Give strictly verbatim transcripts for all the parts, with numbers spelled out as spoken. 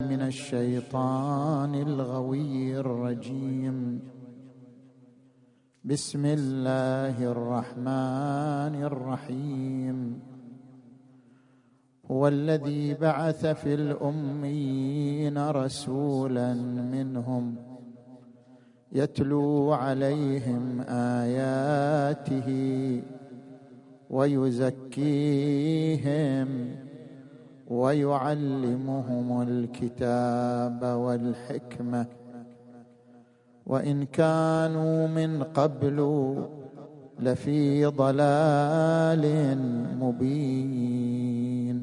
من الشيطان الغوي الرجيم. بسم الله الرحمن الرحيم. هو الذي بعث في الأميين رسولا منهم يتلو عليهم آياته ويزكيهم ويعلمهم الكتاب والحكمة وإن كانوا من قبل لفي ضلال مبين.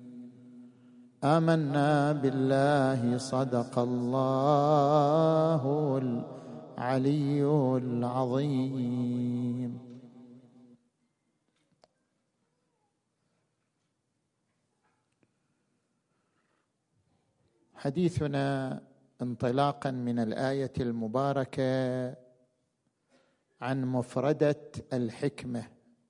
آمنا بالله صدق الله العلي العظيم. حديثنا انطلاقا من الآية المباركة عن مفردة الحكمة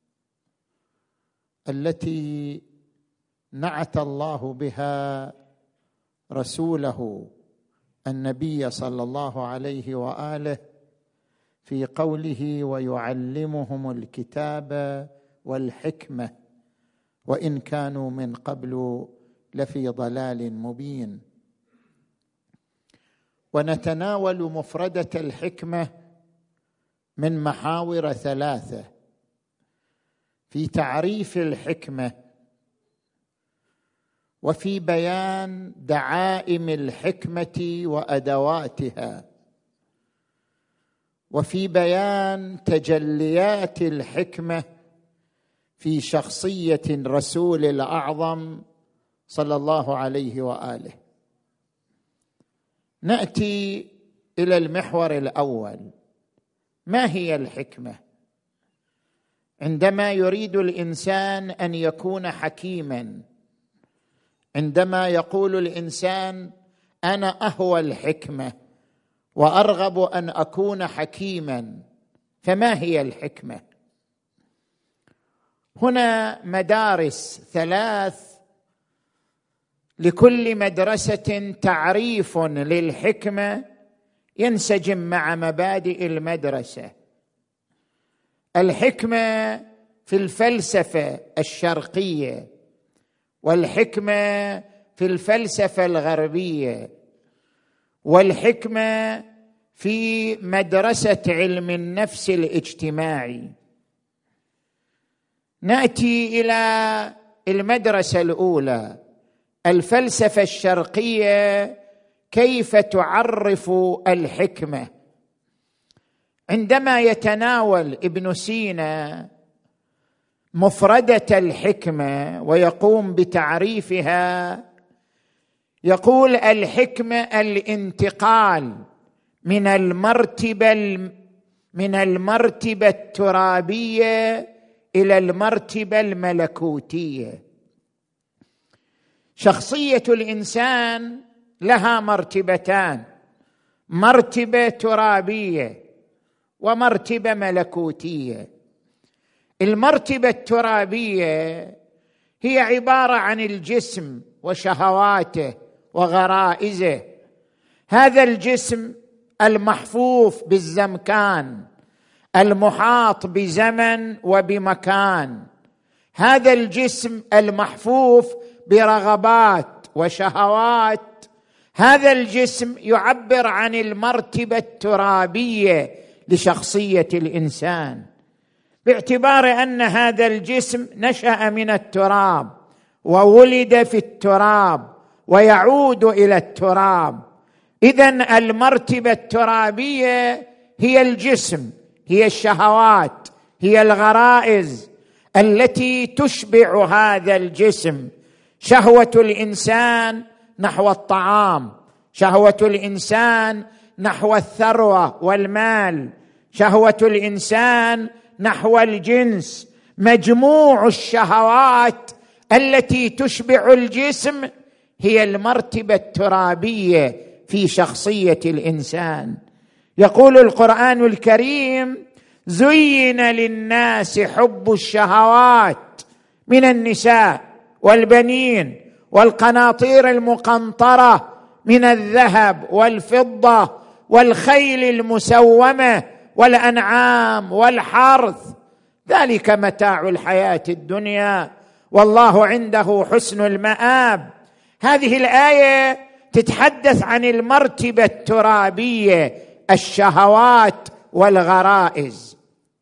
التي نعت الله بها رسوله النبي صلى الله عليه وآله في قوله ويعلمهم الكتاب والحكمة وإن كانوا من قبل لفي ضلال مبين. ونتناول مفردة الحكمة من محاور ثلاثة في تعريف الحكمة وفي بيان دعائم الحكمة وأدواتها وفي بيان تجليات الحكمة في شخصية الرسول الأعظم صلى الله عليه وآله. نأتي إلى المحور الأول. ما هي الحكمة؟ عندما يريد الإنسان أن يكون حكيما، عندما يقول الإنسان أنا أهوى الحكمة وأرغب أن أكون حكيما، فما هي الحكمة؟ هنا مدارس ثلاث، لكل مدرسة تعريف للحكمة ينسجم مع مبادئ المدرسة. الحكمة في الفلسفة الشرقية، والحكمة في الفلسفة الغربية، والحكمة في مدرسة علم النفس الاجتماعي. نأتي إلى المدرسة الأولى، الفلسفة الشرقية، كيف تعرف الحكمة؟ عندما يتناول ابن سينا مفردة الحكمة ويقوم بتعريفها، يقول الحكمة الانتقال من المرتبة من المرتبة الترابية إلى المرتبة الملكوتية. شخصية الإنسان لها مرتبتان، مرتبة ترابية ومرتبة ملكوتية. المرتبة الترابية هي عبارة عن الجسم وشهواته وغرائزه. هذا الجسم المحفوف بالزمكان، المحاط بزمن وبمكان، هذا الجسم المحفوف برغبات وشهوات، هذا الجسم يعبر عن المرتبة الترابية لشخصية الإنسان، باعتبار أن هذا الجسم نشأ من التراب وولد في التراب ويعود إلى التراب. إذن المرتبة الترابية هي الجسم، هي الشهوات، هي الغرائز التي تشبع هذا الجسم. شهوة الإنسان نحو الطعام، شهوة الإنسان نحو الثروة والمال، شهوة الإنسان نحو الجنس. مجموع الشهوات التي تشبع الجسم هي المرتبة الترابية في شخصية الإنسان. يقول القرآن الكريم: زين للناس حب الشهوات من النساء والبنين والقناطير المقنطرة من الذهب والفضة والخيل المسومة والأنعام والحرث، ذلك متاع الحياة الدنيا والله عنده حسن المآب. هذه الآية تتحدث عن المرتبة الترابية، الشهوات والغرائز.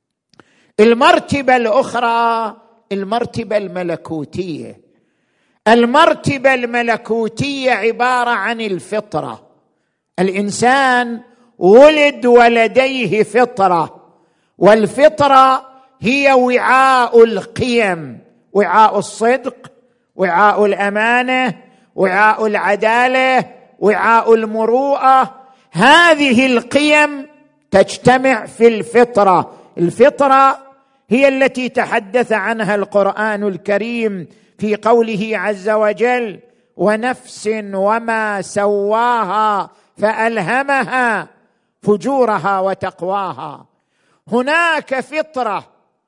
المرتبة الأخرى المرتبة الملكوتية. المرتبة الملكوتية عبارة عن الفطرة. الإنسان ولد ولديه فطرة، والفطرة هي وعاء القيم، وعاء الصدق، وعاء الأمانة، وعاء العدالة، وعاء المروءة. هذه القيم تجتمع في الفطرة. الفطرة هي التي تحدث عنها القرآن الكريم في قوله عز وجل: ونفس وما سواها فألهمها فجورها وتقواها. هناك فطرة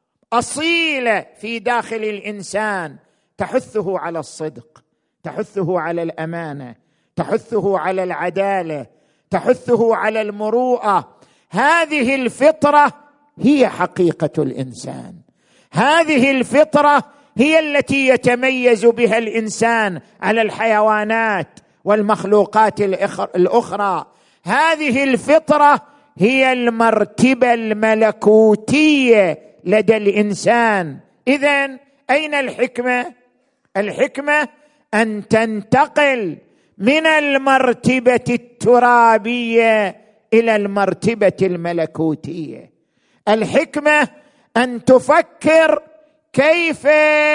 أصيلة في داخل الإنسان تحثه على الصدق، تحثه على الأمانة، تحثه على العدالة، تحثه على المروءة. هذه الفطرة هي حقيقة الإنسان. هذه الفطرة هي التي يتميز بها الإنسان على الحيوانات والمخلوقات الأخرى. هذه الفطرة هي المرتبة الملكوتية لدى الإنسان. إذن أين الحكمة؟ الحكمة أن تنتقل من المرتبة الترابية إلى المرتبة الملكوتية. الحكمة أن تفكر كيف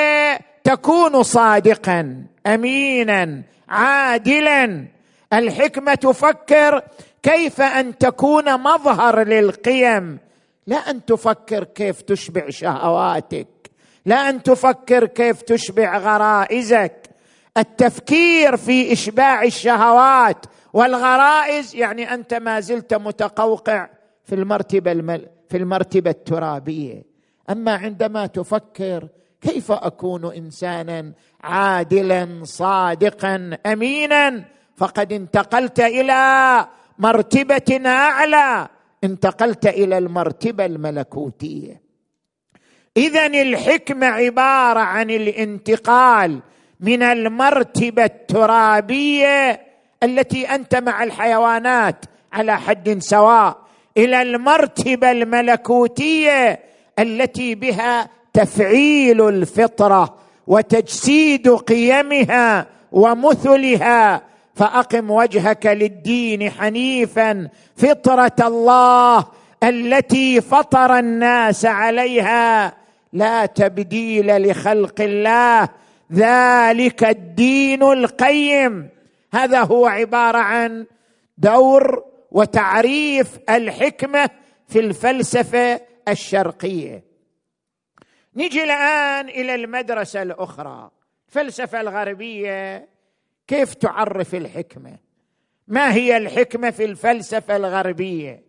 تكون صادقا أمينا عادلا. الحكمة تفكر كيف أن تكون مظهر للقيم، لا أن تفكر كيف تشبع شهواتك، لا أن تفكر كيف تشبع غرائزك. التفكير في إشباع الشهوات والغرائز يعني أنت ما زلت متقوقع في المرتبة المل... في المرتبة الترابية. أما عندما تفكر كيف أكون إنسانا عادلا صادقا أمينا، فقد انتقلت إلى مرتبة أعلى، انتقلت إلى المرتبة الملكوتية. إذن الحكمة عبارة عن الانتقال من المرتبة الترابية التي أنت مع الحيوانات على حد سواء إلى المرتبة الملكوتية التي بها تفعيل الفطرة وتجسيد قيمها ومثلها. فأقم وجهك للدين حنيفا فطرة الله التي فطر الناس عليها لا تبديل لخلق الله ذلك الدين القيم. هذا هو عبارة عن دور وتعريف الحكمة في الفلسفة الشرقية. نيجي الآن إلى المدرسة الأخرى، الفلسفة الغربية. كيف تعرف الحكمة؟ ما هي الحكمة في الفلسفة الغربية؟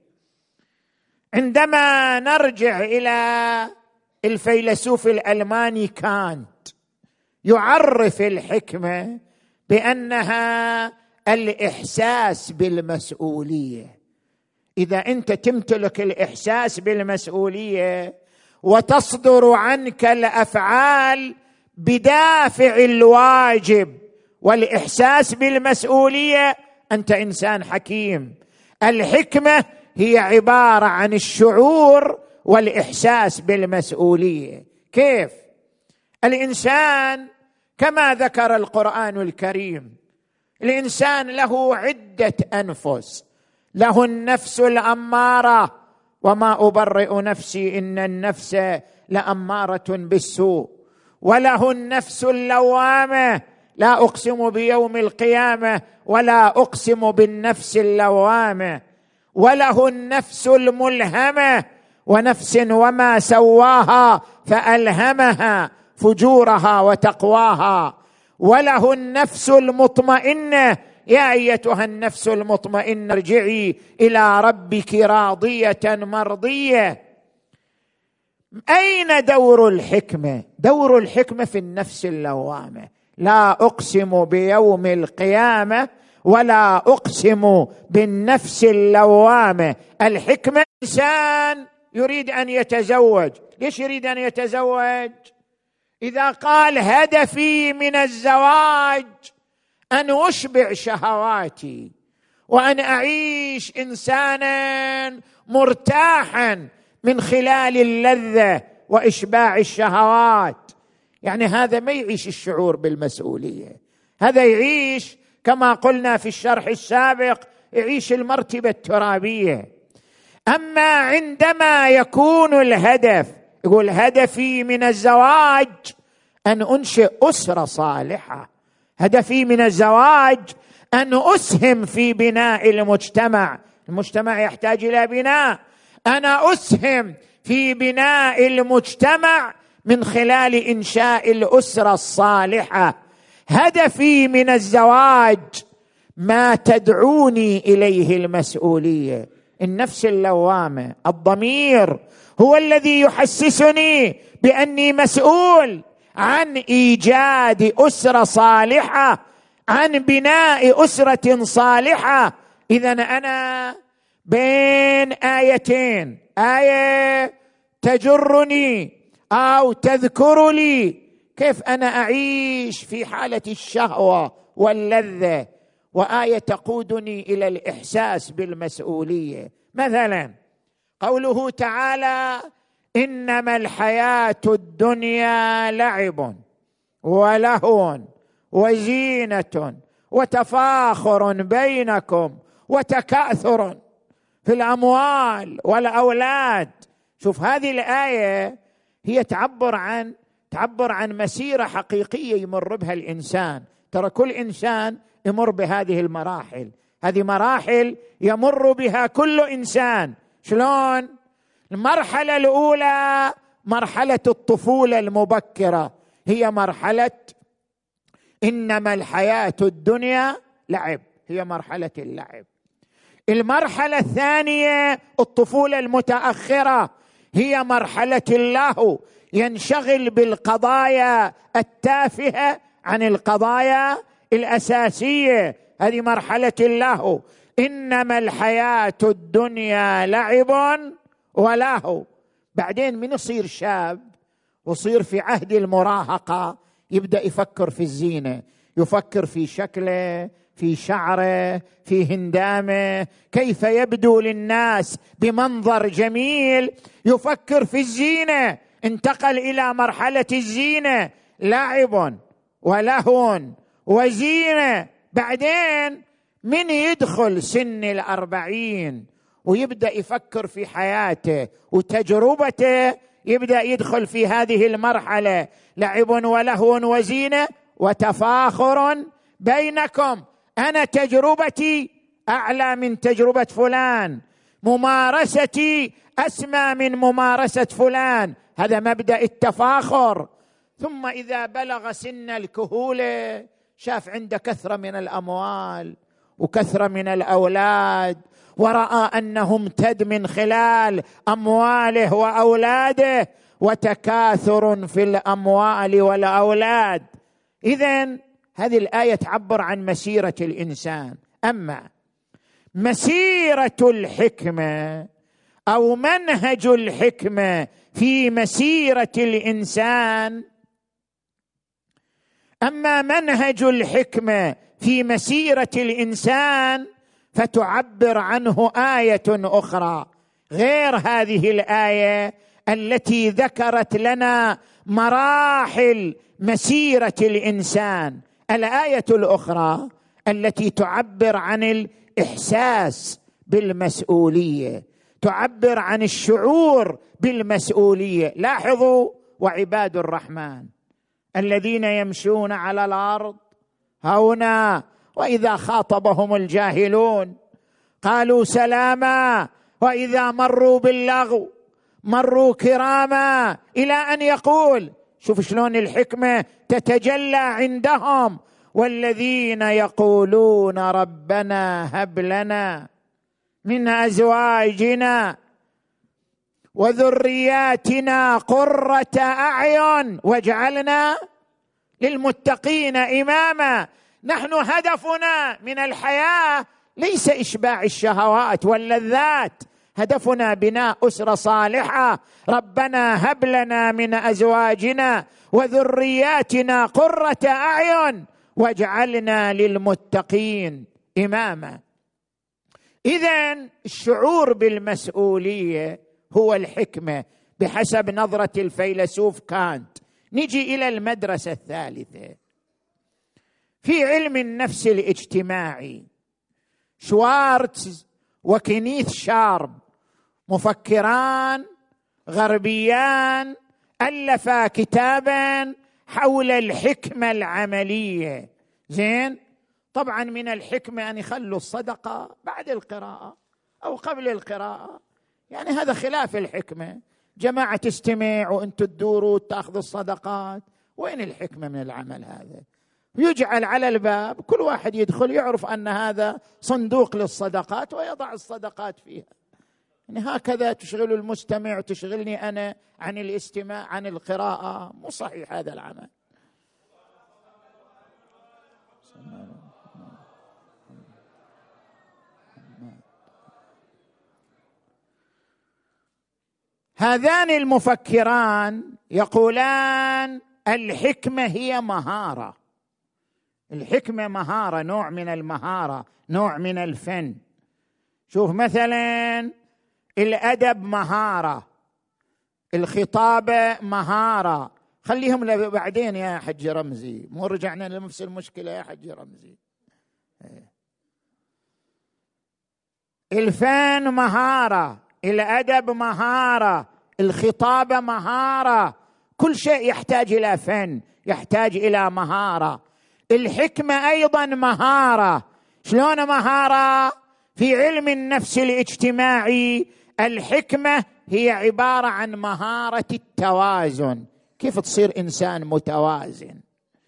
عندما نرجع إلى الفيلسوف الألماني كانت، يعرف الحكمة بأنها الإحساس بالمسؤولية. إذا أنت تمتلك الإحساس بالمسؤولية وتصدر عنك الأفعال بدافع الواجب والإحساس بالمسؤولية، أنت إنسان حكيم. الحكمة هي عبارة عن الشعور والإحساس بالمسؤولية. كيف؟ الإنسان كما ذكر القرآن الكريم، الإنسان له عدة أنفس، له النفس الأمارة وما أبرئ نفسي إن النفس لأمارة بالسوء، وله النفس اللوامة لا أقسم بيوم القيامة ولا أقسم بالنفس اللوامة، وله النفس الملهمة ونفس وما سواها فألهمها فجورها وتقواها، وله النفس المطمئنة يا أيتها النفس المطمئنة ارجعي إلى ربك راضية مرضية. أين دور الحكمة؟ دور الحكمة في النفس اللوامة. لا أقسم بيوم القيامة ولا أقسم بالنفس اللوامة. الحكمة، إنسان يريد أن يتزوج، ليش يريد أن يتزوج؟ إذا قال هدفي من الزواج أن أشبع شهواتي وأن أعيش إنسانا مرتاحا من خلال اللذة وإشباع الشهوات، يعني هذا ما يعيش الشعور بالمسؤولية، هذا يعيش كما قلنا في الشرح السابق، يعيش المرتبة الترابية. أما عندما يكون الهدف، يقول هدفي من الزواج أن أنشئ أسرة صالحة، هدفي من الزواج أن أسهم في بناء المجتمع، المجتمع يحتاج إلى بناء، أنا أسهم في بناء المجتمع من خلال إنشاء الأسرة الصالحة. هدفي من الزواج ما تدعوني إليه المسؤولية. النفس اللوامة، الضمير، هو الذي يحسسني بأني مسؤول عن إيجاد أسرة صالحة، عن بناء أسرة صالحة. إذن أنا بين آيتين، آية تجرني أو تذكر لي كيف أنا أعيش في حالة الشهوة واللذة، وآية تقودني إلى الإحساس بالمسؤولية. مثلا قوله تعالى إنما الحياة الدنيا لعب ولهو وزينة وتفاخر بينكم وتكاثر في الأموال والأولاد. شوف هذه الآية هي تعبر عن تعبر عن مسيرة حقيقية يمر بها الإنسان. ترى كل إنسان يمر بهذه المراحل، هذه مراحل يمر بها كل إنسان. شلون؟ المرحلة الأولى مرحلة الطفولة المبكرة، هي مرحلة إنما الحياة الدنيا لعب، هي مرحلة اللعب. المرحلة الثانية الطفولة المتأخرة، هي مرحلة اللهو، ينشغل بالقضايا التافهة عن القضايا الأساسية، هذه مرحلة اللهو. إنما الحياة الدنيا لعب ولهو. بعدين من يصير شاب ويصير في عهد المراهقة يبدأ يفكر في الزينة، يفكر في شكله، في شعره، في هندامه، كيف يبدو للناس بمنظر جميل، يفكر في الزينة. انتقل إلى مرحلة الزينة، لعب ولهو وزينة. بعدين من يدخل سن الأربعين ويبدأ يفكر في حياته وتجربته، يبدأ يدخل في هذه المرحلة، لعب ولهو وزينة وتفاخر بينكم. أنا تجربتي أعلى من تجربة فلان، ممارستي أسمى من ممارسة فلان، هذا مبدأ التفاخر. ثم إذا بلغ سن الكهولة شاف عنده كثرة من الأموال وكثرة من الأولاد، ورأى أنه امتد من خلال أمواله وأولاده، وتكاثر في الأموال والأولاد. إذن هذه الآية تعبر عن مسيرة الإنسان. أما مسيرة الحكمة أو منهج الحكمة في مسيرة الإنسان، أما منهج الحكمة في مسيرة الإنسان فتعبر عنه آية أخرى غير هذه الآية التي ذكرت لنا مراحل مسيرة الإنسان. الآية الأخرى التي تعبر عن الإحساس بالمسؤولية، تعبر عن الشعور بالمسؤولية. لاحظوا: وعباد الرحمن الذين يمشون على الأرض هونا وإذا خاطبهم الجاهلون قالوا سلاما وإذا مروا باللغو مروا كراما، إلى أن يقول، شوف شلون الحكمة تتجلى عندهم: والذين يقولون ربنا هب لنا من أزواجنا وذرياتنا قرة أعين واجعلنا للمتقين إماما. نحن هدفنا من الحياة ليس إشباع الشهوات واللذات، هدفنا بناء أسرة صالحة. ربنا هب لنا من أزواجنا وذرياتنا قرة أعين واجعلنا للمتقين إماما. إذن الشعور بالمسؤولية هو الحكمة بحسب نظرة الفيلسوف كانت. نجي إلى المدرسة الثالثة في علم النفس الاجتماعي. شوارتز وكينيث شارب مفكران غربيان ألفا كتابا حول الحكمة العملية. زين، طبعا من الحكمة أن يخلوا الصدقة بعد القراءة أو قبل القراءة، يعني هذا خلاف الحكمة. جماعة تستمع وأنتوا تدوروا تأخذوا الصدقات، وين الحكمة من العمل هذا؟ يجعل على الباب كل واحد يدخل يعرف أن هذا صندوق للصدقات ويضع الصدقات فيها. يعني هكذا تشغل المستمع وتشغلني أنا عن الاستماع عن القراءة، مو صحيح هذا العمل. هذان المفكران يقولان الحكمة هي مهارة. الحكمة مهارة، نوع من المهارة، نوع من الفن. شوف مثلا الأدب مهارة، الخطابة مهارة. خليهم بعدين يا حج رمزي، مو رجعنا لنفس المشكلة يا حج رمزي. الفن مهارة، الأدب مهارة، الخطابة مهارة. كل شيء يحتاج إلى فن، يحتاج إلى مهارة. الحكمة أيضا مهارة. شلون مهارة؟ في علم النفس الاجتماعي الحكمة هي عبارة عن مهارة التوازن. كيف تصير إنسان متوازن؟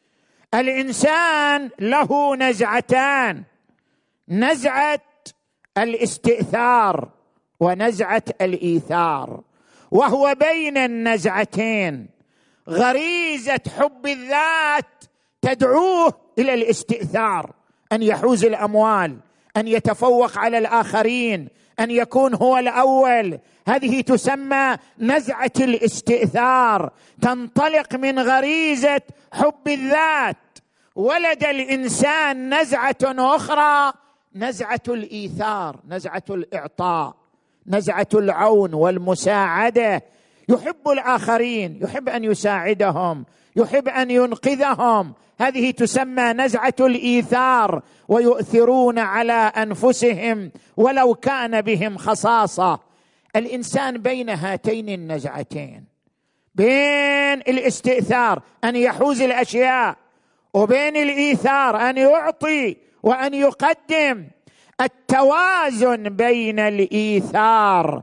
الإنسان له نزعتان، نزعة الاستئثار ونزعة الإيثار، وهو بين النزعتين. غريزة حب الذات تدعوه إلى الاستئثار، أن يحوز الأموال، أن يتفوق على الآخرين، أن يكون هو الأول. هذه تسمى نزعة الاستئثار، تنطلق من غريزة حب الذات. ولد الإنسان نزعة أخرى، نزعة الإيثار، نزعة الإعطاء، نزعة العون والمساعدة. يحب الآخرين، يحب أن يساعدهم، يحب أن ينقذهم. هذه تسمى نزعة الإيثار، ويؤثرون على أنفسهم ولو كان بهم خصاصة. الإنسان بين هاتين النزعتين، بين الاستئثار أن يحوز الأشياء، وبين الإيثار أن يعطي وأن يقدم. التوازن بين الإيثار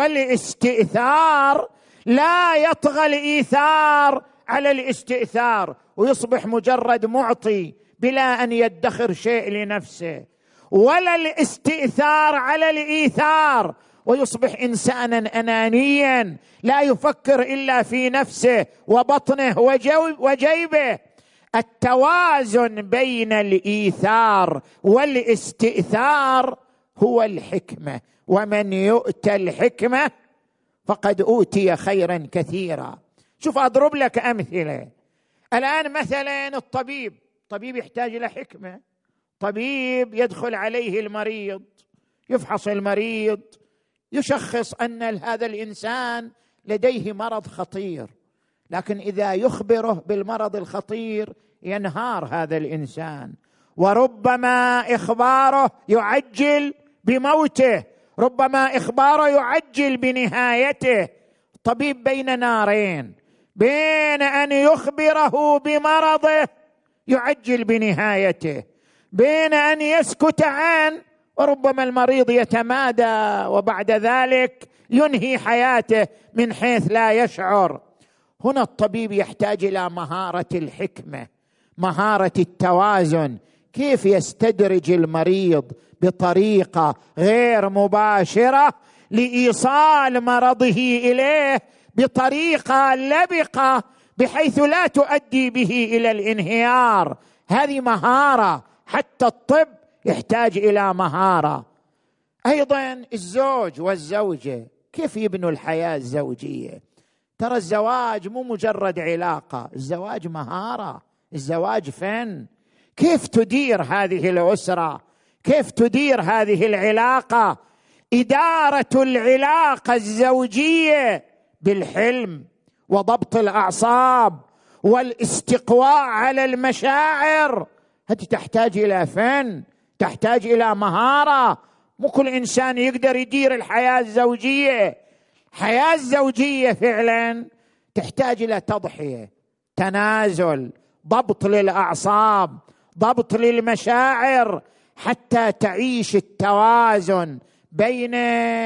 والاستئثار، لا يطغى الإيثار على الاستئثار ويصبح مجرد معطي بلا أن يدخر شيء لنفسه، ولا الاستئثار على الإيثار ويصبح إنسانا أنانيا لا يفكر إلا في نفسه وبطنه وجيبه. التوازن بين الإيثار والاستئثار هو الحكمة، ومن يؤتى الحكمة فقد أوتي خيرا كثيرا. شوف أضرب لك أمثلة. الآن مثلا الطبيب، طبيب يحتاج إلى حكمة. طبيب يدخل عليه المريض، يفحص المريض، يشخص أن هذا الإنسان لديه مرض خطير، لكن إذا يخبره بالمرض الخطير ينهار هذا الإنسان، وربما إخباره يعجل بموته، ربما إخباره يعجل بنهايته. طبيب بين نارين، بين أن يخبره بمرضه يعجل بنهايته، بين أن يسكت عنه وربما المريض يتمادى وبعد ذلك ينهي حياته من حيث لا يشعر. هنا الطبيب يحتاج إلى مهارة الحكمة، مهارة التوازن، كيف يستدرج المريض بطريقة غير مباشرة لإيصال مرضه إليه بطريقة لبقة بحيث لا تؤدي به إلى الانهيار. هذه مهارة، حتى الطب يحتاج إلى مهارة. أيضا الزوج والزوجة كيف يبنوا الحياة الزوجية؟ ترى الزواج مو مجرد علاقة، الزواج مهارة، الزواج فن. كيف تدير هذه الأسرة؟ كيف تدير هذه العلاقة؟ إدارة العلاقة الزوجية بالحلم وضبط الأعصاب والاستقواء على المشاعر، هذه تحتاج إلى فن، تحتاج إلى مهارة. مو كل إنسان يقدر يدير الحياة الزوجية. الحياة الزوجية فعلا تحتاج إلى تضحية، تنازل، ضبط للأعصاب، ضبط للمشاعر، حتى تعيش التوازن بين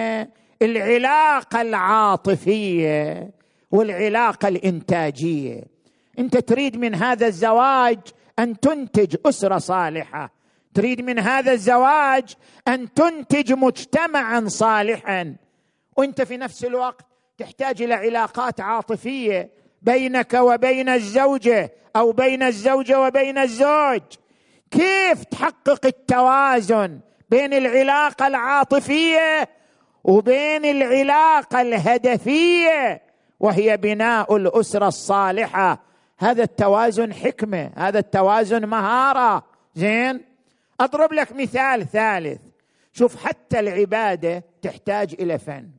العلاقة العاطفية والعلاقة الإنتاجية. أنت تريد من هذا الزواج أن تنتج أسرة صالحة، تريد من هذا الزواج أن تنتج مجتمعا صالحا، وأنت في نفس الوقت تحتاج إلى علاقات عاطفية بينك وبين الزوجة أو بين الزوجة وبين الزوج. كيف تحقق التوازن بين العلاقة العاطفية وبين العلاقة الهدفية وهي بناء الأسرة الصالحة؟ هذا التوازن حكمة، هذا التوازن مهارة. زين، أضرب لك مثال ثالث. شوف، حتى العبادة تحتاج إلى فن.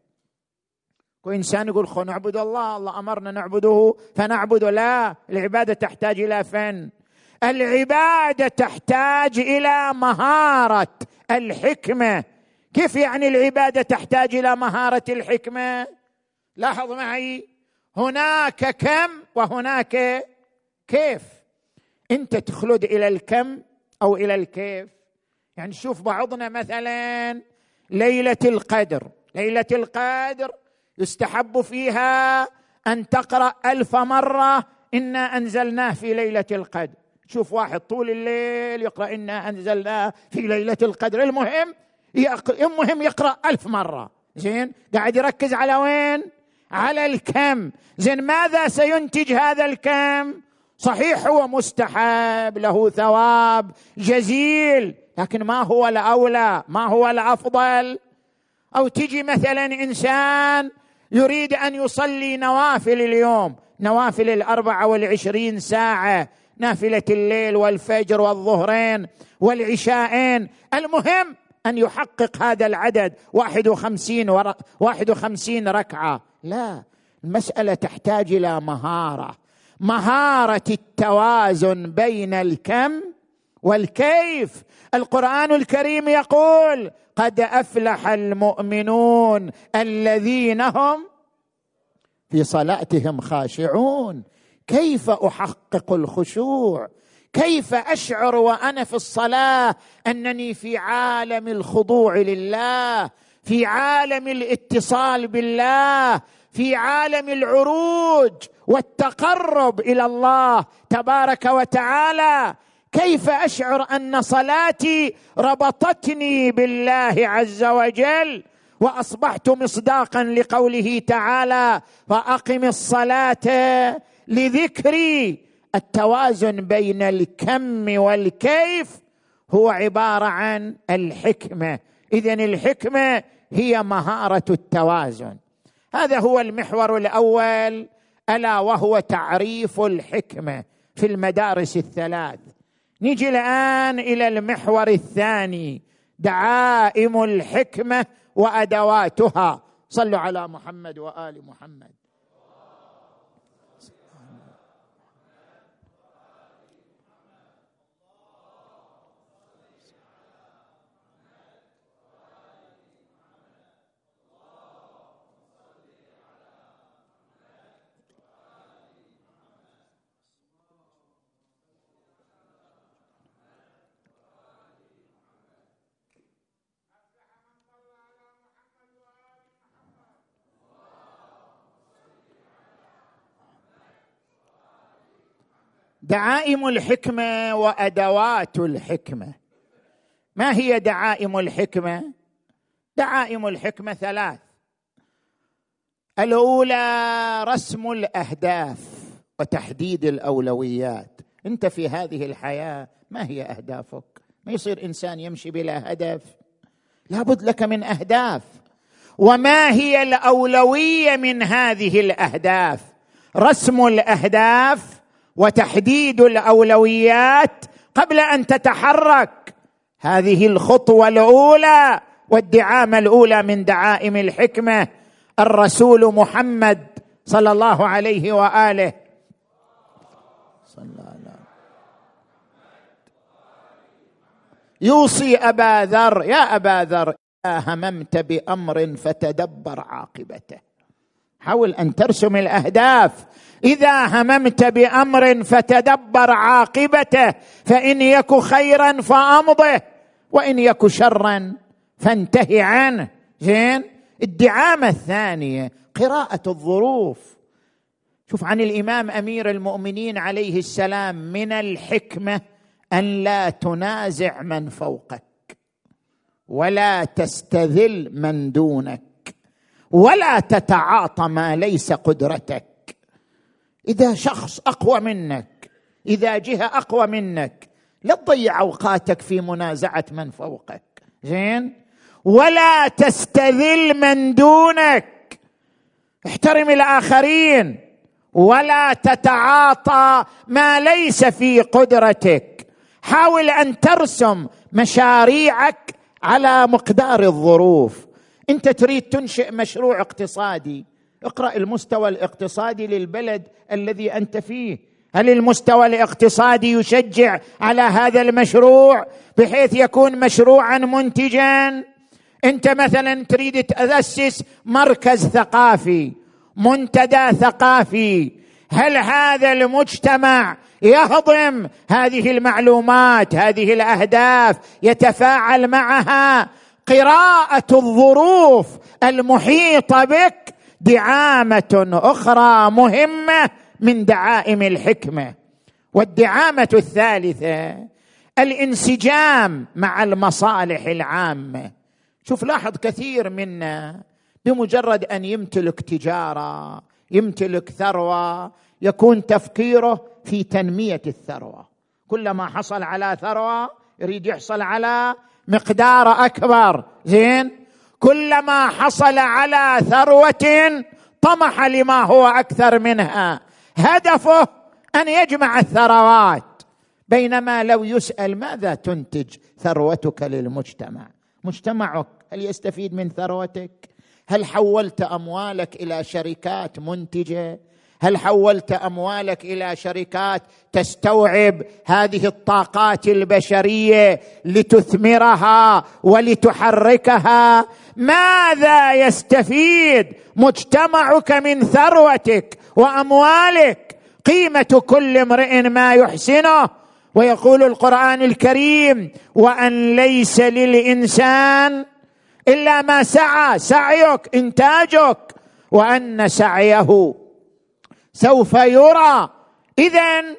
كل إنسان يقول خو نعبد الله، الله أمرنا نعبده فنعبده. لا، العبادة تحتاج إلى فن، العبادة تحتاج إلى مهارة الحكمة. كيف يعني العبادة تحتاج إلى مهارة الحكمة؟ لاحظ معي، هناك كم وهناك كيف. أنت تخلد إلى الكم أو إلى الكيف. يعني شوف، بعضنا مثلا ليلة القدر، ليلة القدر يستحب فيها أن تقرأ ألف مرة إنا أنزلناه في ليلة القدر. شوف واحد طول الليل يقرأ إنا أنزلناه في ليلة القدر، المهم المهم يقرأ ألف مرة. زين، قاعد يركز على وين؟ على الكم. زين، ماذا سينتج هذا الكم؟ صحيح هو مستحب، له ثواب جزيل، لكن ما هو الأولى؟ ما هو الأفضل؟ أو تجي مثلا إنسان يريد أن يصلي نوافل اليوم، نوافل الأربعة والعشرين ساعة، نافلة الليل والفجر والظهرين والعشاءين، المهم أن يحقق هذا العدد واحد وخمسين, ور... واحد وخمسين ركعة. لا، المسألة تحتاج إلى مهارة، مهارة التوازن بين الكم والكيف. القرآن الكريم يقول قد أفلح المؤمنون الذين هم في صلاتهم خاشعون. كيف أحقق الخشوع؟ كيف أشعر وأنا في الصلاة أنني في عالم الخضوع لله، في عالم الاتصال بالله، في عالم العروج والتقرب إلى الله تبارك وتعالى؟ كيف أشعر أن صلاتي ربطتني بالله عز وجل وأصبحت مصداقا لقوله تعالى فأقم الصلاة لذكري؟ التوازن بين الكم والكيف هو عبارة عن الحكمة. إذن الحكمة هي مهارة التوازن. هذا هو المحور الأول، ألا وهو تعريف الحكمة في المدارس الثلاث. نيجي الآن إلى المحور الثاني، دعائم الحكمة وأدواتها. صلوا على محمد وآل محمد. دعائم الحكمة وأدوات الحكمة. ما هي دعائم الحكمة؟ دعائم الحكمة ثلاث. الأولى رسم الأهداف وتحديد الأولويات. أنت في هذه الحياة ما هي أهدافك؟ ما يصير إنسان يمشي بلا هدف، لابد لك من أهداف. وما هي الأولوية من هذه الأهداف؟ رسم الأهداف وتحديد الأولويات قبل أن تتحرك. هذه الخطوة الأولى والدعامة الأولى من دعائم الحكمة. الرسول محمد صلى الله عليه وآله صلى الله عليه يوصي أبا ذر: يا أبا ذر، إذا هممت بأمر فتدبر عاقبته. حاول أن ترسم الأهداف. إذا هممت بأمر فتدبر عاقبته، فإن يك خيرا فأمضه وإن يك شرا فانتهي عنه. زين. الدعامة الثانية قراءة الظروف. شوف، عن الإمام أمير المؤمنين عليه السلام: من الحكمة أن لا تنازع من فوقك، ولا تستذل من دونك، ولا تتعاطى ما ليس قدرتك. إذا شخص أقوى منك، إذا جهة أقوى منك، لا تضيع أوقاتك في منازعة من فوقك. زين. ولا تستذل من دونك، احترم الآخرين، ولا تتعاطى ما ليس في قدرتك. حاول أن ترسم مشاريعك على مقدار الظروف. أنت تريد تنشئ مشروع اقتصادي، اقرأ المستوى الاقتصادي للبلد الذي أنت فيه. هل المستوى الاقتصادي يشجع على هذا المشروع بحيث يكون مشروعا منتجا؟ أنت مثلا تريد تأسس مركز ثقافي، منتدى ثقافي، هل هذا المجتمع يهضم هذه المعلومات، هذه الأهداف، يتفاعل معها؟ قراءة الظروف المحيطة بك دعامة أخرى مهمة من دعائم الحكمة. والدعامة الثالثة الانسجام مع المصالح العامة. شوف، لاحظ كثير منا بمجرد أن يمتلك تجارة، يمتلك ثروة، يكون تفكيره في تنمية الثروة. كلما حصل على ثروة يريد يحصل على مقدار أكبر. زين. كلما حصل على ثروة طمح لما هو أكثر منها، هدفه أن يجمع الثروات. بينما لو يسأل: ماذا تنتج ثروتك للمجتمع؟ مجتمعك هل يستفيد من ثروتك؟ هل حولت أموالك إلى شركات منتجة؟ هل حولت أموالك إلى شركات تستوعب هذه الطاقات البشرية لتثمرها ولتحركها؟ ماذا يستفيد مجتمعك من ثروتك وأموالك؟ قيمة كل امرئ ما يحسنه. ويقول القرآن الكريم: وأن ليس للإنسان إلا ما سعى، سعيك إنتاجك، وأن سعيه سوف يرى. إذن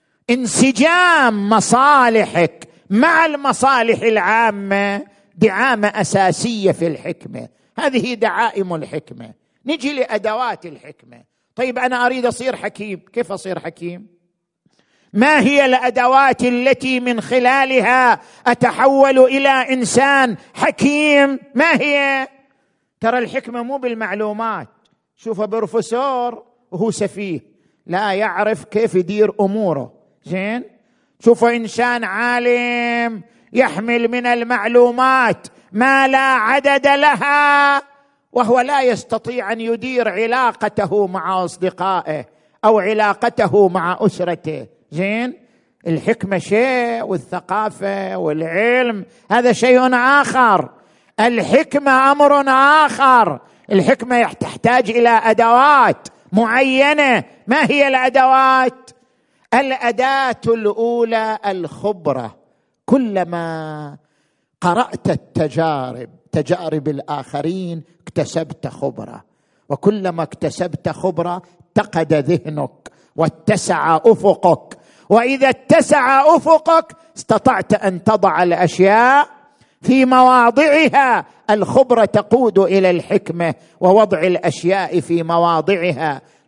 انسجام مصالحك مع المصالح العامة دعامة أساسية في الحكمة. هذه دعائم الحكمة. نجي لأدوات الحكمة. طيب، أنا أريد أصير حكيم، كيف أصير حكيم؟ ما هي الأدوات التي من خلالها أتحول إلى إنسان حكيم؟ ما هي؟ ترى الحكمة مو بالمعلومات. شوف بروفيسور وهو سفيه، لا يعرف كيف يدير أموره. زين. شوف إنسان عالم يحمل من المعلومات ما لا عدد لها، وهو لا يستطيع أن يدير علاقته مع أصدقائه أو علاقته مع أسرته. زين. الحكمة شيء والثقافة والعلم هذا شيء آخر. الحكمة أمر آخر. الحكمة تحتاج إلى أدوات معينة. ما هي الأدوات؟ الأداة الأولى الخبرة. كلما قرأت التجارب، تجارب الآخرين، اكتسبت خبرة، وكلما اكتسبت خبرة اتقد ذهنك واتسع أفقك، وإذا اتسع أفقك استطعت أن تضع الأشياء في مواضعها. الخبرة تقود إلى الحكمة ووضع الأشياء في مواضعها.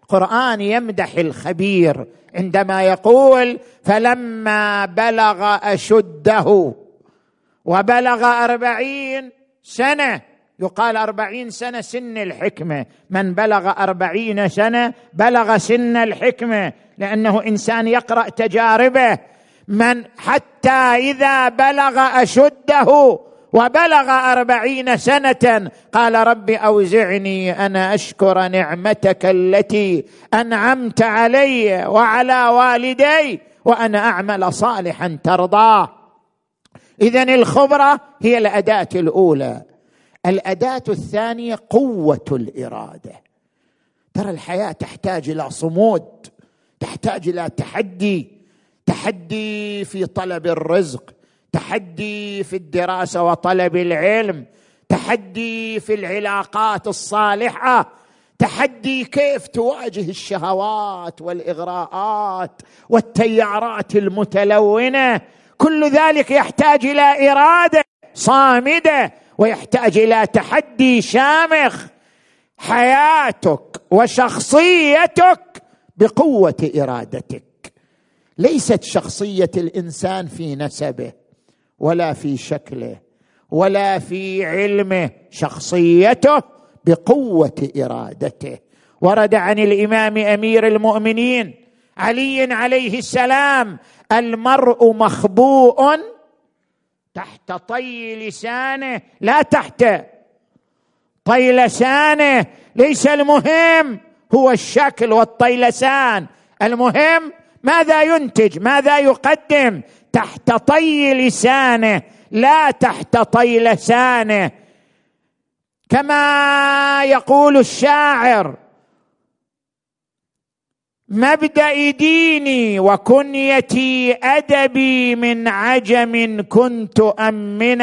القرآن يمدح الخبير عندما يقول فلما بلغ أشده وبلغ أربعين سنة. يقال أربعين سنة سن الحكمة، من بلغ أربعين سنة بلغ سن الحكمة، لأنه إنسان يقرأ تجاربه. من حتى إذا بلغ أشده وبلغ أربعين سنة قال رب أوزعني أن أشكر نعمتك التي أنعمت علي وعلى والدي وأن أعمل صالحا ترضاه. إذن الخبرة هي الأداة الأولى. الأداة الثانية قوة الإرادة. ترى الحياة تحتاج إلى صمود، تحتاج إلى تحدي، تحدي في طلب الرزق، تحدي في الدراسة وطلب العلم، تحدي في العلاقات الصالحة، تحدي كيف تواجه الشهوات والإغراءات والتيارات المتلونة. كل ذلك يحتاج إلى إرادة صامدة ويحتاج إلى تحدي شامخ. حياتك وشخصيتك بقوة إرادتك. ليست شخصية الإنسان في نسبه ولا في شكله ولا في علمه، شخصيته بقوة إرادته. ورد عن الإمام أمير المؤمنين علي عليه السلام: المرء مخبوء تحت طي لسانه لا تحت طي لسانه. ليس المهم هو الشكل والطيلسان، المهم ماذا ينتج، ماذا يقدم تحت طي لسانه لا تحت طي لسانه. كما يقول الشاعر: مبدأ ديني وكنيتي أدبي من عجم كنت أم من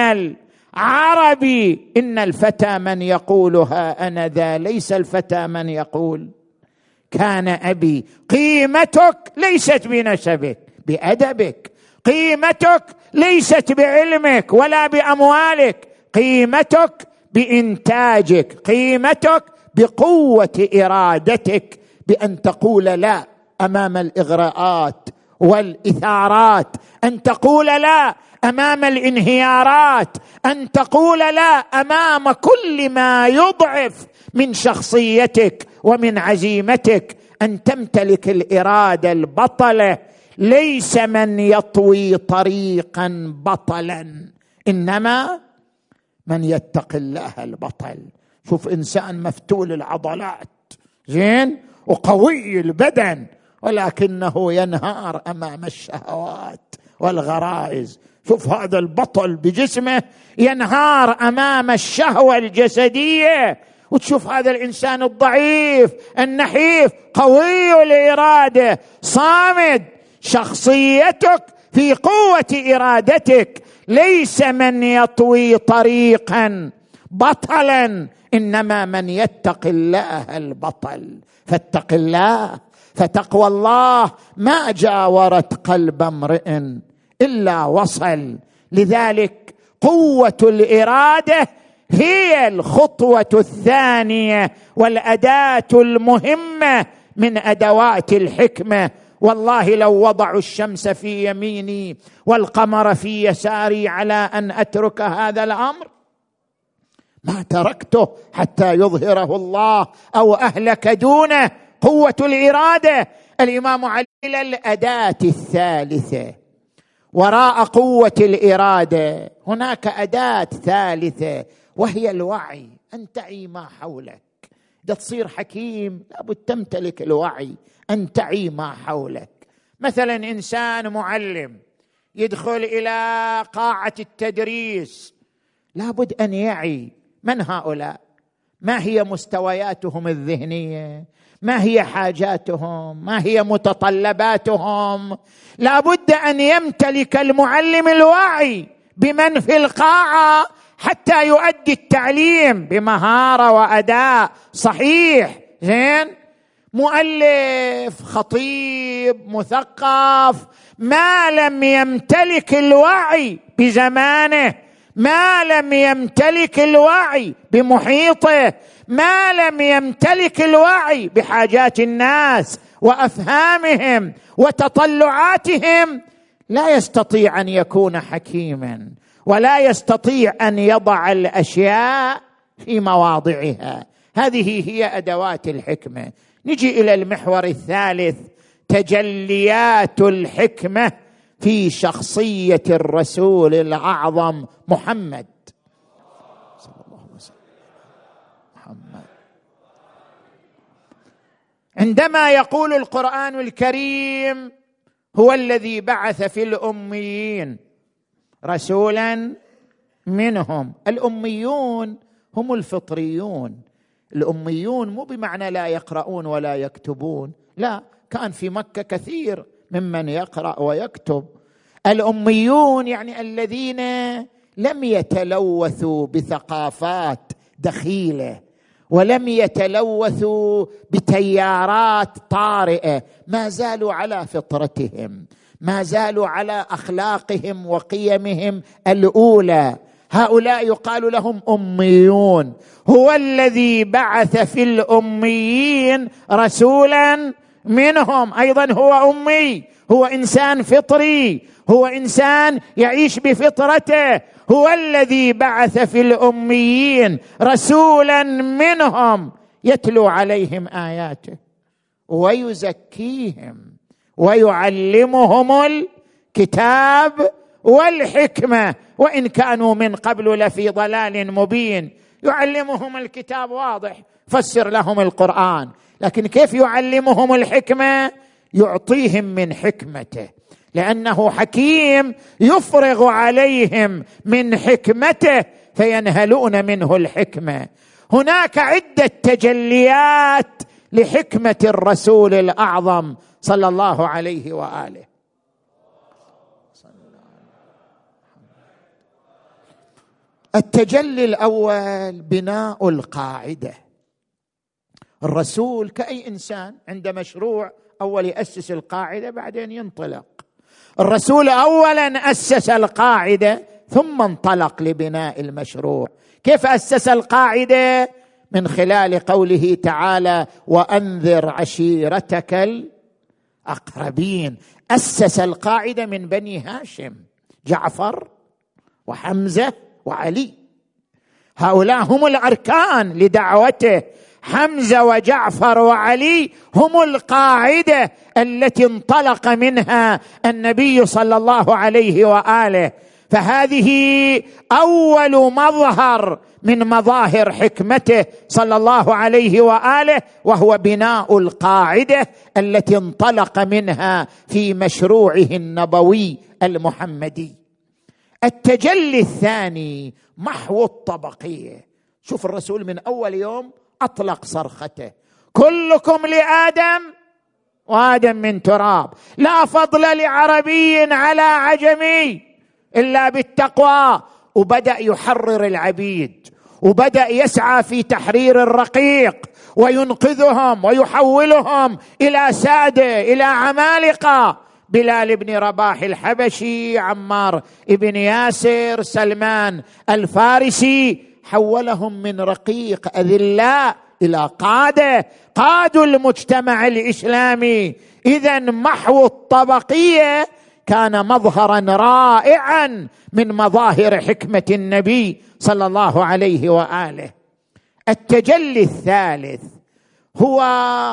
العربي. إن الفتى من يقولها أنا ذا، ليس الفتى من يقول كان أبي. قيمتك ليست بنسبك، بأدبك. قيمتك ليست بعلمك ولا بأموالك، قيمتك بإنتاجك، قيمتك بقوة إرادتك، بأن تقول لا أمام الإغراءات والإثارات، أن تقول لا أمام الانهيارات، أن تقول لا أمام كل ما يضعف من شخصيتك ومن عزيمتك، أن تمتلك الإرادة البطلة. ليس من يطوي طريقا بطلا، إنما من يتقي الله البطل. شوف إنسان مفتول العضلات زين وقوي البدن، ولكنه ينهار أمام الشهوات والغرائز. شوف هذا البطل بجسمه ينهار أمام الشهوة الجسدية، وتشوف هذا الإنسان الضعيف النحيف قوي الإرادة صامد. شخصيتك في قوة إرادتك. ليس من يطوي طريقا بطلا، إنما من يتقي الله البطل. فاتق الله، فتقوى الله ما جاورت قلب امرئ إلا وصل. لذلك قوة الإرادة هي الخطوة الثانية والأداة المهمة من أدوات الحكمة. والله لو وضعوا الشمس في يميني والقمر في يساري على أن أترك هذا الأمر ما تركته حتى يظهره الله أو أهلك دونه. قوة الإرادة. الإمام علي: الأداة الثالثة وراء قوة الإرادة هناك أداة ثالثة وهي الوعي. أن تعي ما حولك. إذا تصير حكيم لابد تمتلك الوعي، أن تعي ما حولك. مثلا إنسان معلم يدخل إلى قاعة التدريس، لابد أن يعي من هؤلاء، ما هي مستوياتهم الذهنية، ما هي حاجاتهم، ما هي متطلباتهم. لابد أن يمتلك المعلم الوعي بمن في القاعة حتى يؤدي التعليم بمهارة وأداء صحيح. زين، مؤلف خطيب مثقف ما لم يمتلك الوعي بزمانه، ما لم يمتلك الوعي بمحيطه، ما لم يمتلك الوعي بحاجات الناس وأفهامهم وتطلعاتهم، لا يستطيع أن يكون حكيما، ولا يستطيع أن يضع الأشياء في مواضعها. هذه هي أدوات الحكمة. نجي إلى المحور الثالث، تجليات الحكمة في شخصية الرسول الأعظم محمد صلى الله عليه وسلم. محمد عندما يقول القرآن الكريم هو الذي بعث في الأميين رسولا منهم، الأميون هم الفطريون. الأميون مو بمعنى لا يقرؤون ولا يكتبون، لا، كان في مكة كثير ممن يقرأ ويكتب. الأميون يعني الذين لم يتلوثوا بثقافات دخيلة، ولم يتلوثوا بتيارات طارئة، ما زالوا على فطرتهم، ما زالوا على أخلاقهم وقيمهم الأولى. هؤلاء يقال لهم أميون. هو الذي بعث في الأميين رسولا منهم، أيضا هو أمي، هو إنسان فطري، هو إنسان يعيش بفطرته. هو الذي بعث في الأميين رسولا منهم يتلو عليهم آياته ويزكيهم ويعلمهم الكتاب والحكمة، وإن كانوا من قبل لفي ضلال مبين. يعلمهم الكتاب واضح، فسر لهم القرآن، لكن كيف يعلمهم الحكمة؟ يعطيهم من حكمته، لأنه حكيم يفرغ عليهم من حكمته فينهلون منه الحكمة. هناك عدة تجليات لحكمة الرسول الأعظم صلى الله عليه وآله. التجلي الأول بناء القاعدة. الرسول كأي إنسان عند مشروع أول يأسس القاعدة بعدين ينطلق. الرسول أولا أسس القاعدة ثم انطلق لبناء المشروع. كيف أسس القاعدة؟ من خلال قوله تعالى وأنذر عشيرتك الأقربين. أسس القاعدة من بني هاشم، جعفر وحمزة وعلي، هؤلاء هم الأركان لدعوته. حمزة وجعفر وعلي هم القاعدة التي انطلق منها النبي صلى الله عليه وآله. فهذه أول مظهر من مظاهر حكمته صلى الله عليه وآله، وهو بناء القاعدة التي انطلق منها في مشروعه النبوي المحمدي. التجلي الثاني محو الطبقية. شوف الرسول من أول يوم أطلق صرخته كلكم لآدم وآدم من تراب، لا فضل لعربي على عجمي إلا بالتقوى. وبدأ يحرر العبيد، وبدأ يسعى في تحرير الرقيق وينقذهم ويحولهم إلى سادة، إلى عمالقة. بلال بن رباح الحبشي، عمار بن ياسر، سلمان الفارسي، حولهم من رقيق أذلاء إلى قادة، قادوا المجتمع الإسلامي. إذن محو الطبقية كان مظهرا رائعا من مظاهر حكمة النبي صلى الله عليه وآله. التجلي الثالث هو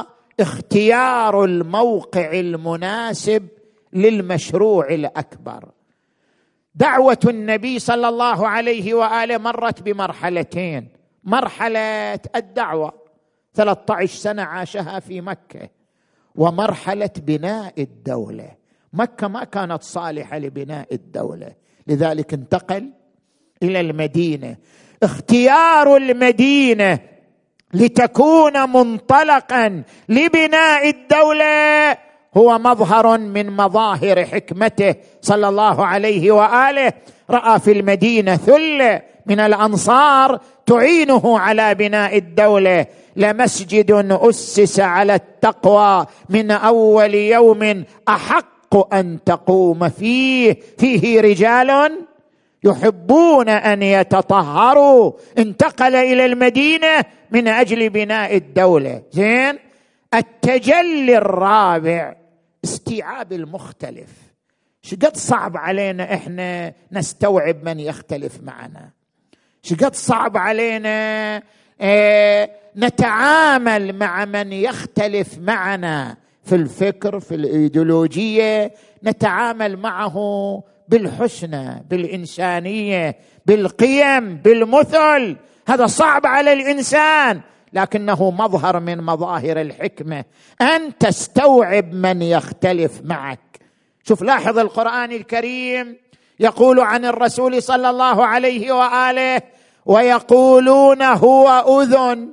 اختيار الموقع المناسب للمشروع الأكبر. دعوة النبي صلى الله عليه وآله مرت بمرحلتين. مرحلة الدعوة ثلاثة عشر سنة عاشها في مكة، ومرحلة بناء الدولة. مكة ما كانت صالحة لبناء الدولة، لذلك انتقل إلى المدينة. اختيار المدينة لتكون منطلقا لبناء الدولة هو مظهر من مظاهر حكمته صلى الله عليه وآله. رأى في المدينة ثلة من الأنصار تعينه على بناء الدولة. لمسجد أسس على التقوى من أول يوم أحق أن تقوم فيه، فيه رجال يحبون أن يتطهروا، انتقل إلى المدينة من أجل بناء الدولة. زين. التجلي الرابع استيعاب المختلف. شقد صعب علينا إحنا نستوعب من يختلف معنا، شقد صعب علينا اه نتعامل مع من يختلف معنا في الفكر، في الإيديولوجية، نتعامل معه بالحسنى، بالإنسانية، بالقيم، بالمثل. هذا صعب على الإنسان، لكنه مظهر من مظاهر الحكمة أن تستوعب من يختلف معك. شوف، لاحظ القرآن الكريم يقول عن الرسول صلى الله عليه وآله: ويقولون هو أذن،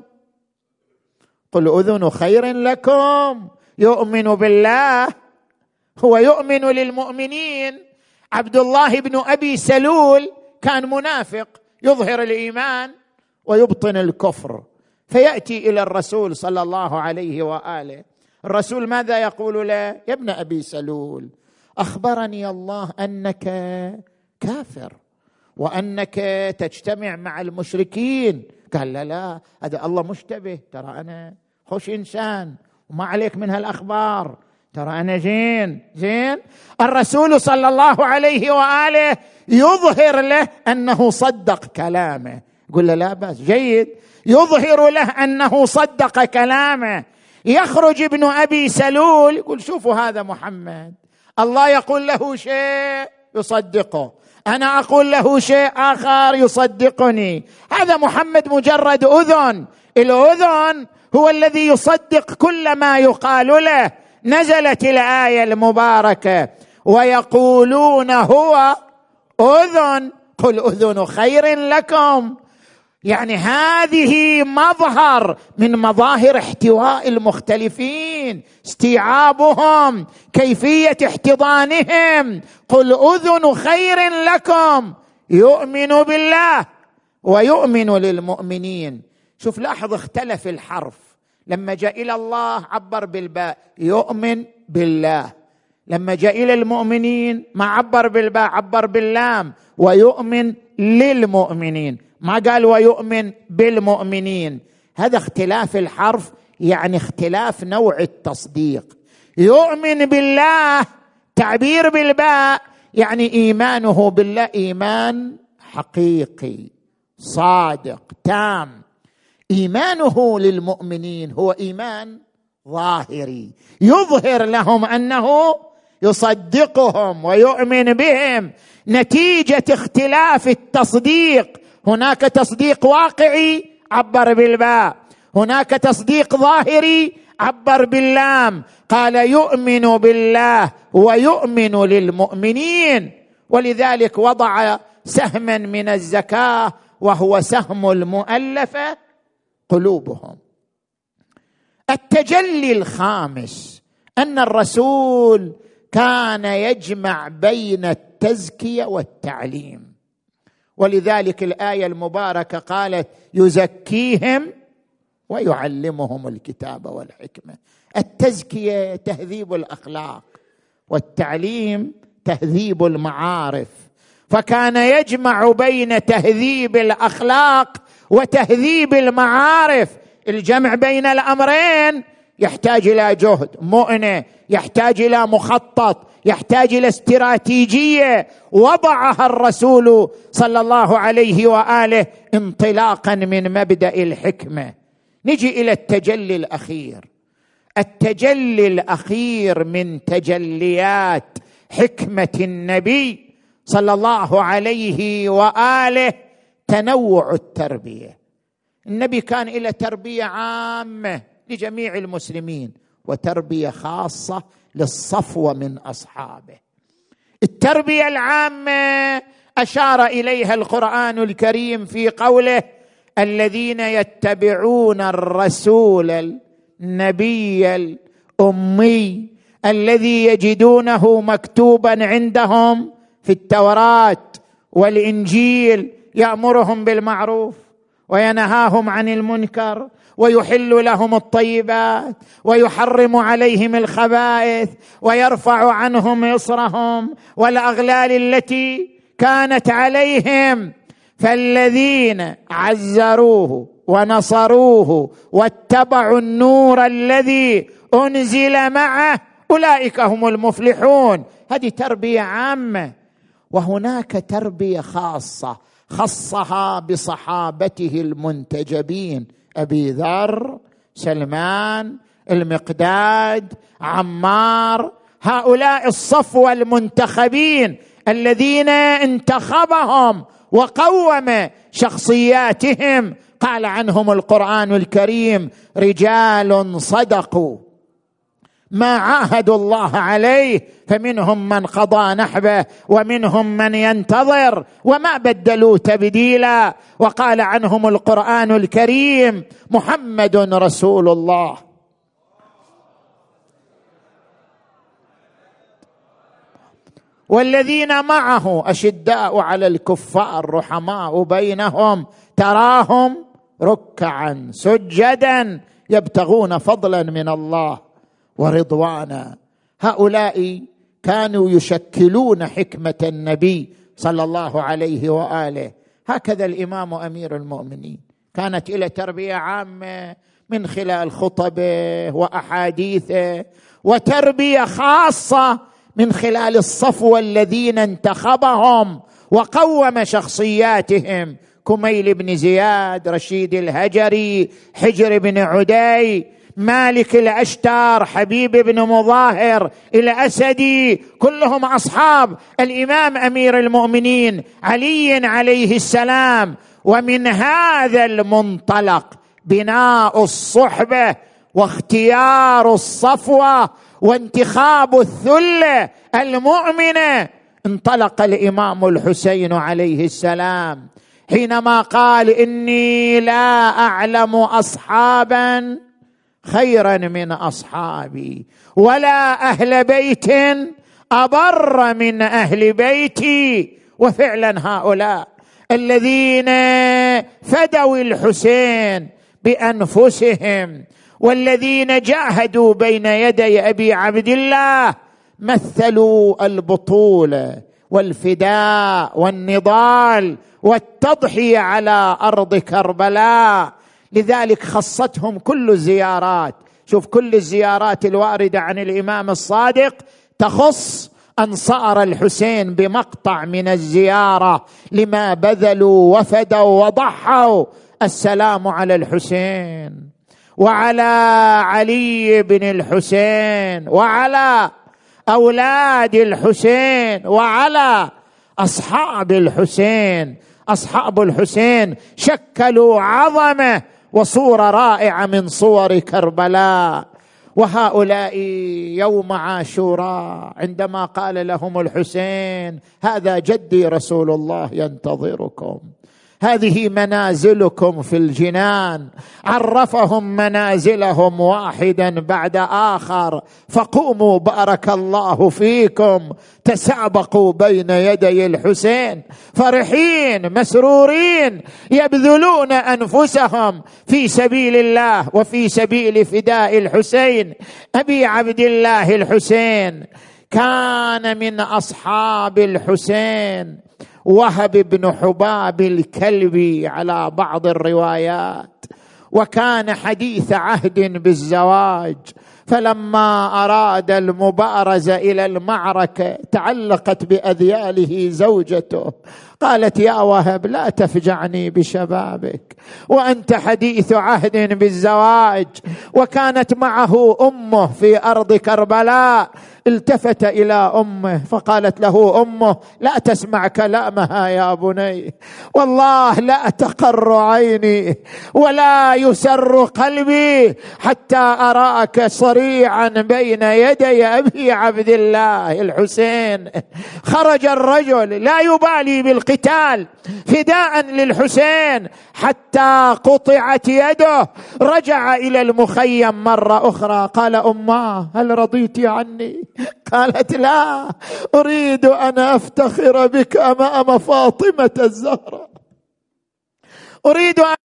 قل أذن خير لكم يؤمن بالله، هو يؤمن للمؤمنين. عبد الله بن أبي سلول كان منافق، يظهر الإيمان ويبطن الكفر، فيأتي إلى الرسول صلى الله عليه وآله. الرسول ماذا يقول له؟ يا ابن أبي سلول، أخبرني الله أنك كافر وأنك تجتمع مع المشركين. قال لا لا، هذا الله مشتبه، ترى أنا خوش إنسان وما عليك من هالأخبار، ترى أنا زين زين. الرسول صلى الله عليه وآله يظهر له أنه صدق كلامه، يقول له لا بأس، جيد. يظهر له أنه صدق كلامه. يخرج ابن أبي سلول يقول شوفوا هذا محمد، الله يقول له شيء يصدقه، أنا أقول له شيء آخر يصدقني. هذا محمد مجرد أذن، الأذن هو الذي يصدق كل ما يقال له. نزلت الآية المباركة: ويقولون هو أذن قل أذن خير لكم. يعني هذه مظهر من مظاهر احتواء المختلفين، استيعابهم، كيفية احتضانهم. قل أذن خير لكم يؤمن بالله ويؤمن للمؤمنين. شوف، لاحظ اختلف الحرف، لما جاء إلى الله عبر بالباء يؤمن بالله، لما جاء إلى المؤمنين ما عبر بالباء، عبر باللام ويؤمن للمؤمنين، ما قال ويؤمن بالمؤمنين. هذا اختلاف الحرف، يعني اختلاف نوع التصديق. يؤمن بالله تعبير بالباء يعني إيمانه بالله إيمان حقيقي صادق تام. إيمانه للمؤمنين هو إيمان ظاهري، يظهر لهم أنه يصدقهم ويؤمن بهم نتيجة اختلاف التصديق. هناك تصديق واقعي عبر بالباء، هناك تصديق ظاهري عبر باللام. قال يؤمن بالله ويؤمن للمؤمنين، ولذلك وضع سهما من الزكاة وهو سهم المؤلفة قلوبهم. التجلي الخامس أن الرسول كان يجمع بين التزكية والتعليم، ولذلك الآية المباركة قالت يزكيهم ويعلمهم الكتاب والحكمة. التزكية تهذيب الأخلاق، والتعليم تهذيب المعارف، فكان يجمع بين تهذيب الأخلاق وتهذيب المعارف. الجمع بين الأمرين يحتاج إلى جهد مؤنة، يحتاج إلى مخطط، يحتاج إلى استراتيجية وضعها الرسول صلى الله عليه وآله انطلاقا من مبدأ الحكمة. نجي إلى التجلي الأخير. التجلي الأخير من تجليات حكمة النبي صلى الله عليه وآله تنوع التربية. النبي كان إلى تربية عامة لجميع المسلمين وتربية خاصة للصفوة من أصحابه. التربية العامة أشار إليها القرآن الكريم في قوله الذين يتبعون الرسول النبي الأمي الذي يجدونه مكتوبا عندهم في التوراة والإنجيل يأمرهم بالمعروف وينهاهم عن المنكر ويحل لهم الطيبات ويحرم عليهم الخبائث ويرفع عنهم إصرهم والأغلال التي كانت عليهم، فالذين عزروه ونصروه واتبعوا النور الذي أنزل معه أولئك هم المفلحون. هذه تربية عامة. وهناك تربية خاصة خصها بصحابته المنتجبين: أبي ذر، سلمان، المقداد، عمار، هؤلاء الصفوة المنتخبين الذين انتخبهم وقوم شخصياتهم. قال عنهم القرآن الكريم: رجال صدقوا ما عاهدوا الله عليه فمنهم من قضى نحبه ومنهم من ينتظر وما بدلوا تبديلا. وقال عنهم القرآن الكريم: محمد رسول الله. والذين معه أشداء على الكفار رحماء بينهم تراهم ركعا سجدا يبتغون فضلا من الله ورضوانا. هؤلاء كانوا يشكلون حكمة النبي صلى الله عليه وآله. هكذا الإمام أمير المؤمنين كانت إلى تربية عامة من خلال خطبه وأحاديثه، وتربية خاصة من خلال الصفوة الذين انتخبهم وقوم شخصياتهم: كميل بن زياد، رشيد الهجري، حجر بن عدي، مالك الأشتر، حبيب بن مظاهر الأسدي، كلهم أصحاب الإمام أمير المؤمنين علي عليه السلام. ومن هذا المنطلق بناء الصحبة واختيار الصفوة وانتخاب الثلة المؤمنة. انطلق الإمام الحسين عليه السلام حينما قال: إني لا أعلم أصحابا خيرا من أصحابي ولا أهل بيت أبر من أهل بيتي. وفعلا هؤلاء الذين فدوا الحسين بأنفسهم والذين جاهدوا بين يدي أبي عبد الله مثلوا البطولة والفداء والنضال والتضحية على أرض كربلاء. لذلك خصتهم كل الزيارات. شوف، كل الزيارات الواردة عن الإمام الصادق تخص أنصار الحسين بمقطع من الزيارة لما بذلوا وفدوا وضحوا. السلام على الحسين وعلى علي بن الحسين وعلى أولاد الحسين وعلى أصحاب الحسين. أصحاب الحسين شكلوا عظمة وصورة رائعة من صور كربلاء. وهؤلاء يوم عاشوراء عندما قال لهم الحسين: هذا جدي رسول الله ينتظركم، هذه منازلكم في الجنان، عرفهم منازلهم واحدا بعد آخر، فقوموا بارك الله فيكم. تسابقوا بين يدي الحسين فرحين مسرورين، يبذلون أنفسهم في سبيل الله وفي سبيل فداء الحسين. أبي عبد الله الحسين كان من أصحاب الحسين وهب بن حباب الكلبي على بعض الروايات، وكان حديث عهد بالزواج، فلما أراد المبارزة إلى المعركة تعلقت بأذياله زوجته، قالت: يا وهب لا تفجعني بشبابك وأنت حديث عهد بالزواج. وكانت معه أمه في أرض كربلاء. التفت إلى أمه فقالت له أمه: لا تسمع كلامها يا بني، والله لا تقر عيني ولا يسر قلبي حتى أراك صريعا بين يدي أبي عبد الله الحسين. خرج الرجل لا يبالي بالقتال فداء للحسين حتى قطعت يده. رجع إلى المخيم مرة أخرى قال: أماه هل رضيت عني؟ قالت: لا، أريد أن أفتخر بك أمام فاطمة الزهراء، أريد أن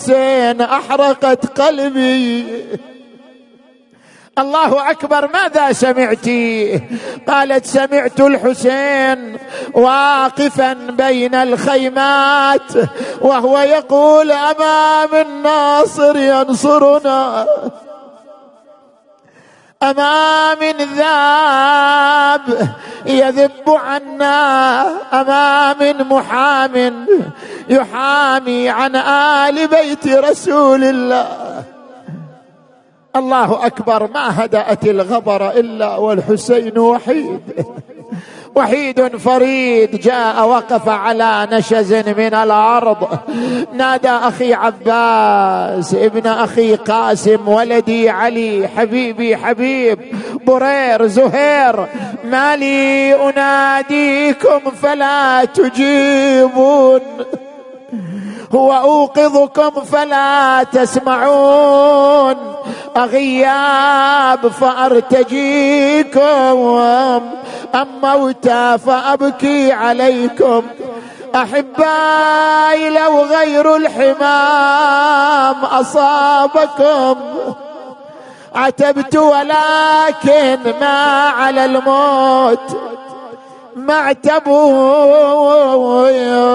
الحسين أحرقت قلبي. الله أكبر، ماذا سمعت؟ قالت سمعت الحسين واقفا بين الخيمات وهو يقول أمام الناصر ينصرنا، أمام ذاب يذب عنا، أمام محام يحامي عن آل بيت رسول الله. الله أكبر، ما هدأت الغبر إلا والحسين وحيد، وحيد فريد. جاء وقف على نشز من الأرض، نادى أخي عباس، ابن أخي قاسم، ولدي علي، حبيبي حبيب، برير، زهير، ما لي أناديكم فلا تجيبون، وأوقظكم فلا تسمعون، أغياب فأرتجيكم، أم موتى فأبكي عليكم. أحبائي لو غير الحمام أصابكم عتبت، ولكن ما على الموت معتبوا.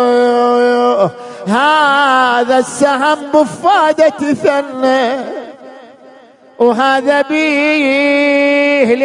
هذا السهم بفادة ثنى، وهذا بيه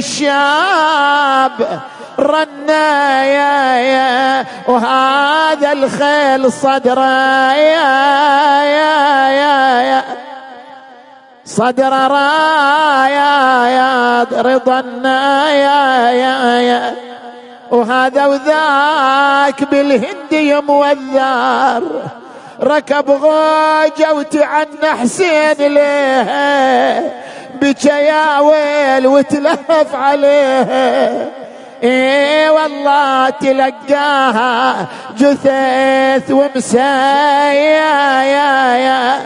للنشاب رنا يا يا، وهذا الخيل صدره يا يا يا يا، صدر رايا يا رضنا يا يا يا، وهذا وذاك بالهندي موذار، ركب غوجة وتعنى حسين ليه، بكى يا ويل وتلهف عليه. ايه والله تلقاها جثث ومسايا يا يا،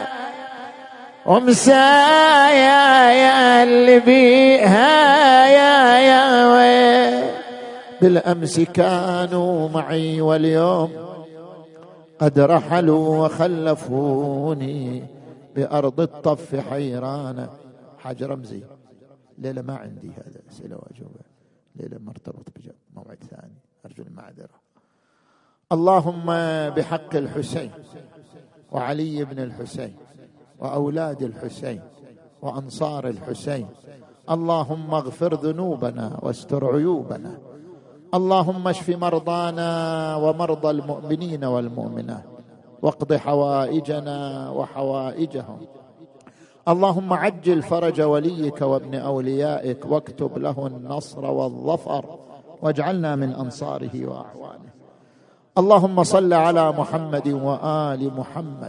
ومسايا يا اللي بيها يا يا ويل. بالأمس كانوا معي واليوم قد رحلوا وخلفوني بأرض الطف حيرانة. حاج رمزي، ليلة ما عندي هذا أسئلة وأجوبة، ليلة مرتبط بموعد ثاني، أرجو المعذرة. اللهم بحق الحسين وعلي بن الحسين وأولاد الحسين وأنصار الحسين، اللهم اغفر ذنوبنا واستر عيوبنا، اللهم اشف مرضانا ومرضى المؤمنين والمؤمنات، واقض حوائجنا وحوائجهم. اللهم عجل فرج وليك وابن أوليائك، واكتب له النصر والظفر، واجعلنا من أنصاره وأعوانه. اللهم صل على محمد وآل محمد،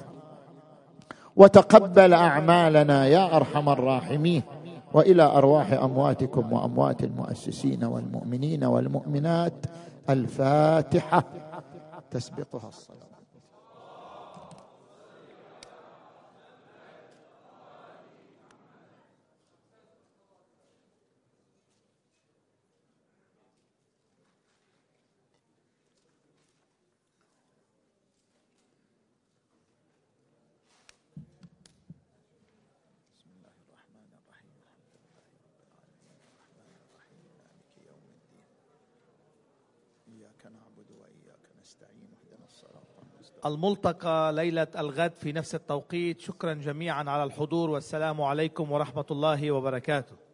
وتقبل أعمالنا يا أرحم الراحمين. وإلى أرواح أمواتكم وأموات المؤسسين والمؤمنين والمؤمنات الفاتحة، تسبقها الصلاة. الملتقى ليلة الغد في نفس التوقيت. شكرا جميعا على الحضور، والسلام عليكم ورحمة الله وبركاته.